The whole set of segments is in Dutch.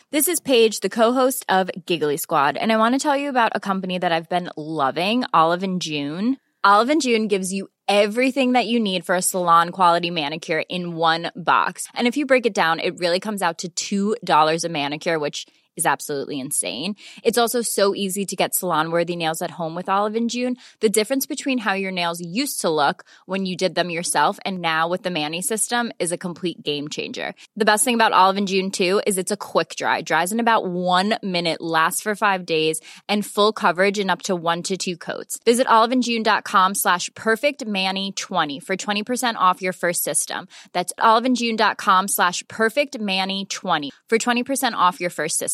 This is Paige, the co-host of Giggly Squad, and I want to tell you about a company that I've been loving, Olive & June. Olive & June gives you everything that you need for a salon-quality manicure in one box. And if you break it down, it really comes out to $2 a manicure, which is absolutely insane. It's also so easy to get salon-worthy nails at home with Olive & June. The difference between how your nails used to look when you did them yourself and now with the Mani system is a complete game changer. The best thing about Olive & June, too, is it's a quick dry. Dries in about 1 minute, lasts for 5 days, and full coverage in up to 1 to 2 coats. Visit oliveandjune.com/perfectmani20 for 20% off your first system. That's oliveandjune.com/perfectmani20 for 20% off your first system.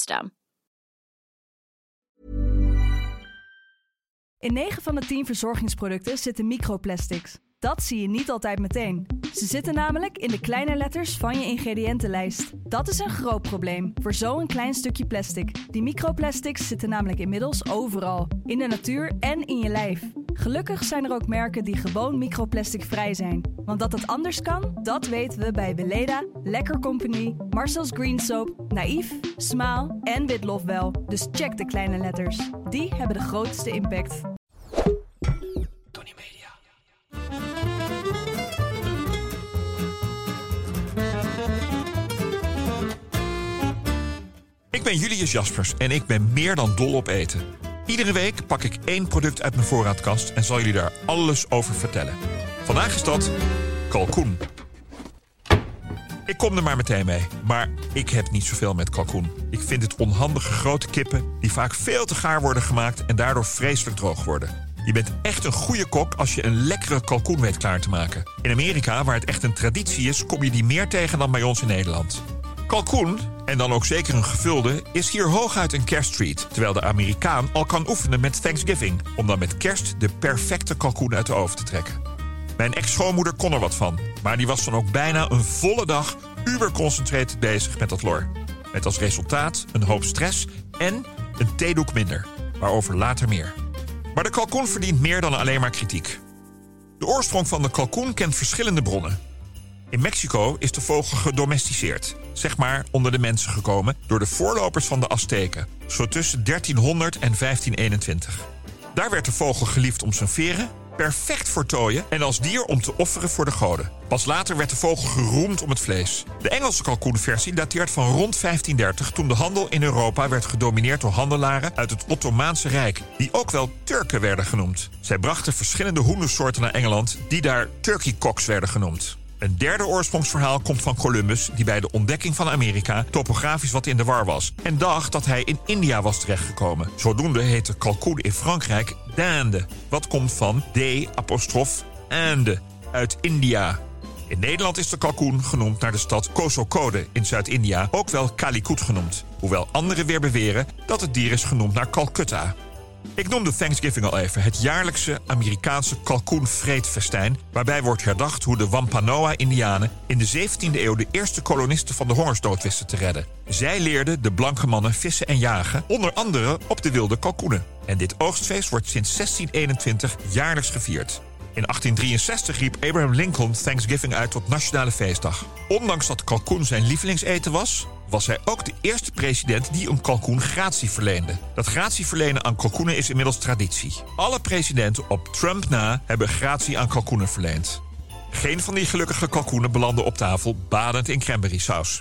In 9 van de 10 verzorgingsproducten zitten microplastics. Dat zie je niet altijd meteen. Ze zitten namelijk in de kleine letters van je ingrediëntenlijst. Dat is een groot probleem voor zo'n klein stukje plastic. Die microplastics zitten namelijk inmiddels overal. In de natuur en in je lijf. Gelukkig zijn er ook merken die gewoon microplasticvrij zijn. Want dat het anders kan, dat weten we bij Weleda, Lekker Company, Marcel's Green Soap, Naïef, Smaal en Witlof wel. Dus check de kleine letters. Die hebben de grootste impact. Ik ben Julius Jaspers en ik ben meer dan dol op eten. Iedere week pak ik 1 product uit mijn voorraadkast en zal jullie daar alles over vertellen. Vandaag is dat kalkoen. Ik kom er maar meteen mee, maar ik heb niet zoveel met kalkoen. Ik vind het onhandige grote kippen die vaak veel te gaar worden gemaakt en daardoor vreselijk droog worden. Je bent echt een goede kok als je een lekkere kalkoen weet klaar te maken. In Amerika, waar het echt een traditie is, kom je die meer tegen dan bij ons in Nederland. Kalkoen, en dan ook zeker een gevulde, is hier hooguit een kersttreat, terwijl de Amerikaan al kan oefenen met Thanksgiving, om dan met kerst de perfecte kalkoen uit de oven te trekken. Mijn ex-schoonmoeder kon er wat van, maar die was dan ook bijna een volle dag uberconcentrated bezig met dat lor. Met als resultaat een hoop stress en een theedoek minder, waarover later meer. Maar de kalkoen verdient meer dan alleen maar kritiek. De oorsprong van de kalkoen kent verschillende bronnen. In Mexico is de vogel gedomesticeerd, zeg maar onder de mensen gekomen, door de voorlopers van de Azteken, zo tussen 1300 en 1521. Daar werd de vogel geliefd om zijn veren, perfect voor tooien en als dier om te offeren voor de goden. Pas later werd de vogel geroemd om het vlees. De Engelse kalkoenversie dateert van rond 1530... toen de handel in Europa werd gedomineerd door handelaren uit het Ottomaanse Rijk, die ook wel Turken werden genoemd. Zij brachten verschillende hoendersoorten naar Engeland, die daar turkey cocks werden genoemd. Een derde oorsprongsverhaal komt van Columbus, die bij de ontdekking van Amerika topografisch wat in de war was en dacht dat hij in India was terechtgekomen. Zodoende heette kalkoen in Frankrijk dinde, wat komt van d'-inde, uit India. In Nederland is de kalkoen genoemd naar de stad Kozhikode in Zuid-India, ook wel Calicut genoemd, hoewel anderen weer beweren dat het dier is genoemd naar Calcutta. Ik noemde Thanksgiving al even, het jaarlijkse Amerikaanse kalkoenvreedfestijn, waarbij wordt herdacht hoe de Wampanoag-Indianen in de 17e eeuw de eerste kolonisten van de hongersdood wisten te redden. Zij leerden de blanke mannen vissen en jagen, onder andere op de wilde kalkoenen. En dit oogstfeest wordt sinds 1621 jaarlijks gevierd. In 1863 riep Abraham Lincoln Thanksgiving uit tot nationale feestdag. Ondanks dat kalkoen zijn lievelingseten was hij ook de eerste president die een kalkoen gratie verleende. Dat gratie verlenen aan kalkoenen is inmiddels traditie. Alle presidenten op Trump na hebben gratie aan kalkoenen verleend. Geen van die gelukkige kalkoenen belanden op tafel badend in cranberry saus.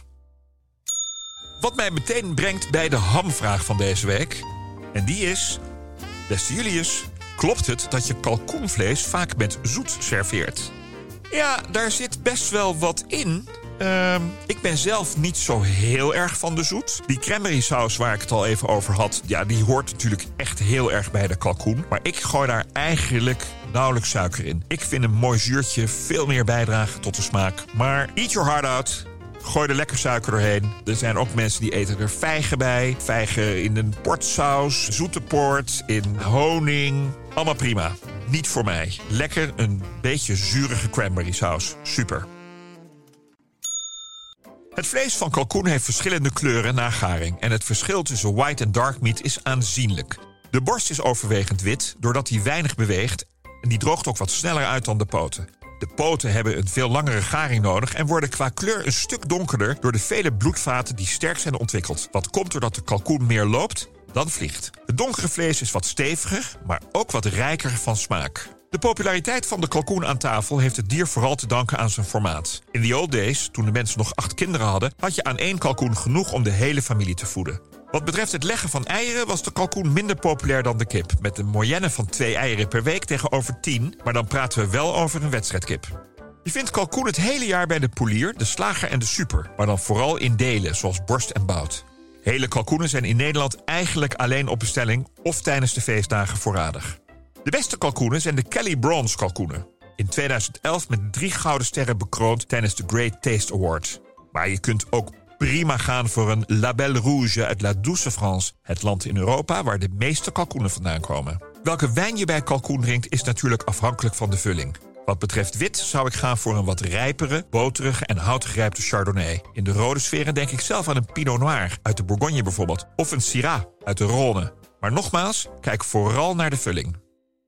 Wat mij meteen brengt bij de hamvraag van deze week. En die is, beste Julius, klopt het dat je kalkoenvlees vaak met zoet serveert? Ja, daar zit best wel wat in. Ik ben zelf niet zo heel erg van de zoet. Die cranberry saus waar ik het al even over had, ja, die hoort natuurlijk echt heel erg bij de kalkoen. Maar ik gooi daar eigenlijk nauwelijks suiker in. Ik vind een mooi zuurtje veel meer bijdragen tot de smaak. Maar eat your heart out. Gooi er lekker suiker doorheen. Er zijn ook mensen die eten er vijgen bij. Vijgen in een portsaus, zoete port, in honing. Allemaal prima. Niet voor mij. Lekker een beetje zurige cranberry saus. Super. Het vlees van kalkoen heeft verschillende kleuren na garing en het verschil tussen white en dark meat is aanzienlijk. De borst is overwegend wit, doordat die weinig beweegt en die droogt ook wat sneller uit dan de poten. De poten hebben een veel langere garing nodig en worden qua kleur een stuk donkerder door de vele bloedvaten die sterk zijn ontwikkeld. Wat komt doordat de kalkoen meer loopt dan vliegt. Het donkere vlees is wat steviger, maar ook wat rijker van smaak. De populariteit van de kalkoen aan tafel heeft het dier vooral te danken aan zijn formaat. In the old days, toen de mensen nog 8 kinderen hadden, had je aan 1 kalkoen genoeg om de hele familie te voeden. Wat betreft het leggen van eieren was de kalkoen minder populair dan de kip, met een moyenne van 2 eieren per week tegenover 10, maar dan praten we wel over een wedstrijdkip. Je vindt kalkoen het hele jaar bij de poelier, de slager en de super, maar dan vooral in delen, zoals borst en bout. Hele kalkoenen zijn in Nederland eigenlijk alleen op bestelling of tijdens de feestdagen voorradig. De beste kalkoenen zijn de Kelly Bronze kalkoenen. In 2011 met 3 gouden sterren bekroond tijdens de Great Taste Award. Maar je kunt ook prima gaan voor een Label Rouge uit La Douce France, het land in Europa waar de meeste kalkoenen vandaan komen. Welke wijn je bij kalkoen drinkt is natuurlijk afhankelijk van de vulling. Wat betreft wit zou ik gaan voor een wat rijpere, boterige en houtgrijpte Chardonnay. In de rode sferen denk ik zelf aan een Pinot Noir uit de Bourgogne bijvoorbeeld, of een Syrah uit de Rhône. Maar nogmaals, kijk vooral naar de vulling.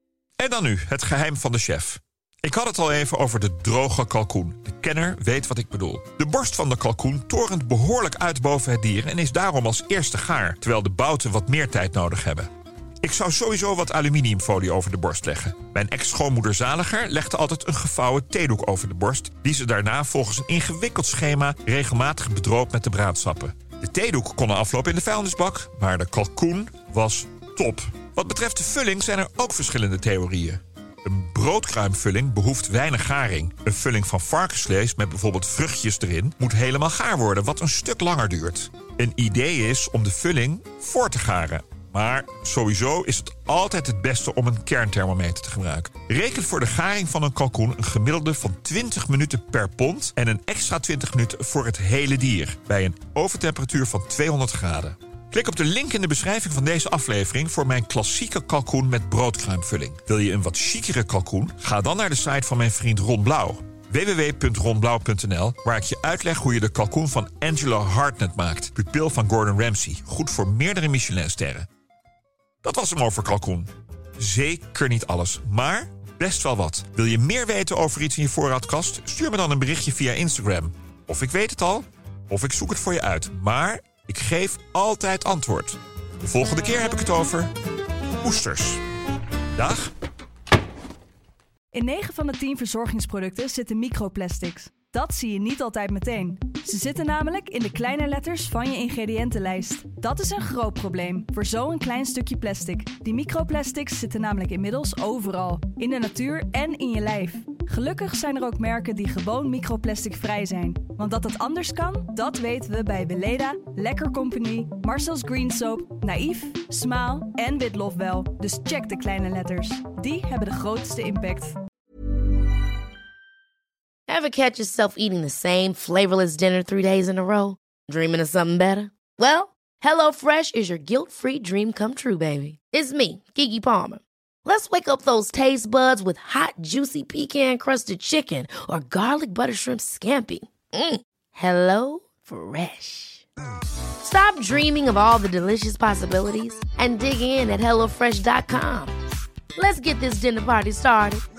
En dan nu, het geheim van de chef. Ik had het al even over de droge kalkoen. De kenner weet wat ik bedoel. De borst van de kalkoen torent behoorlijk uit boven het dier en is daarom als eerste gaar, terwijl de bouten wat meer tijd nodig hebben. Ik zou sowieso wat aluminiumfolie over de borst leggen. Mijn ex-schoonmoeder Zaliger legde altijd een gevouwen theedoek over de borst, die ze daarna volgens een ingewikkeld schema regelmatig bedroop met de braadsappen. De theedoek kon na afloop in de vuilnisbak, maar de kalkoen was top. Wat betreft de vulling zijn er ook verschillende theorieën. Een broodkruimvulling behoeft weinig garing. Een vulling van varkensvlees met bijvoorbeeld vruchtjes erin moet helemaal gaar worden, wat een stuk langer duurt. Een idee is om de vulling voor te garen. Maar sowieso is het altijd het beste om een kernthermometer te gebruiken. Reken voor de garing van een kalkoen een gemiddelde van 20 minuten per pond en een extra 20 minuten voor het hele dier, bij een oventemperatuur van 200 graden. Klik op de link in de beschrijving van deze aflevering voor mijn klassieke kalkoen met broodkruimvulling. Wil je een wat chicere kalkoen? Ga dan naar de site van mijn vriend Ron Blauw. www.ronblauw.nl, waar ik je uitleg hoe je de kalkoen van Angela Hartnett maakt, pupil van Gordon Ramsay, goed voor meerdere Michelinsterren. Dat was hem over kalkoen. Zeker niet alles, maar best wel wat. Wil je meer weten over iets in je voorraadkast? Stuur me dan een berichtje via Instagram. Of ik weet het al, of ik zoek het voor je uit. Maar ik geef altijd antwoord. De volgende keer heb ik het over oesters. Dag. In 9 van de 10 verzorgingsproducten zitten microplastics. Dat zie je niet altijd meteen. Ze zitten namelijk in de kleine letters van je ingrediëntenlijst. Dat is een groot probleem voor zo'n klein stukje plastic. Die microplastics zitten namelijk inmiddels overal. In de natuur en in je lijf. Gelukkig zijn er ook merken die gewoon microplasticvrij zijn. Want dat het anders kan, dat weten we bij Weleda, Lekker Company, Marcel's Green Soap, Naïef, Smaal en Witlof wel. Dus check de kleine letters. Die hebben de grootste impact. Ever catch yourself eating the same flavorless dinner 3 days in a row? Dreaming of something better? Well, HelloFresh is your guilt-free dream come true, baby. It's me, Keke Palmer. Let's wake up those taste buds with hot, juicy pecan-crusted chicken or garlic butter shrimp scampi. HelloFresh. Stop dreaming of all the delicious possibilities and dig in at HelloFresh.com. Let's get this dinner party started.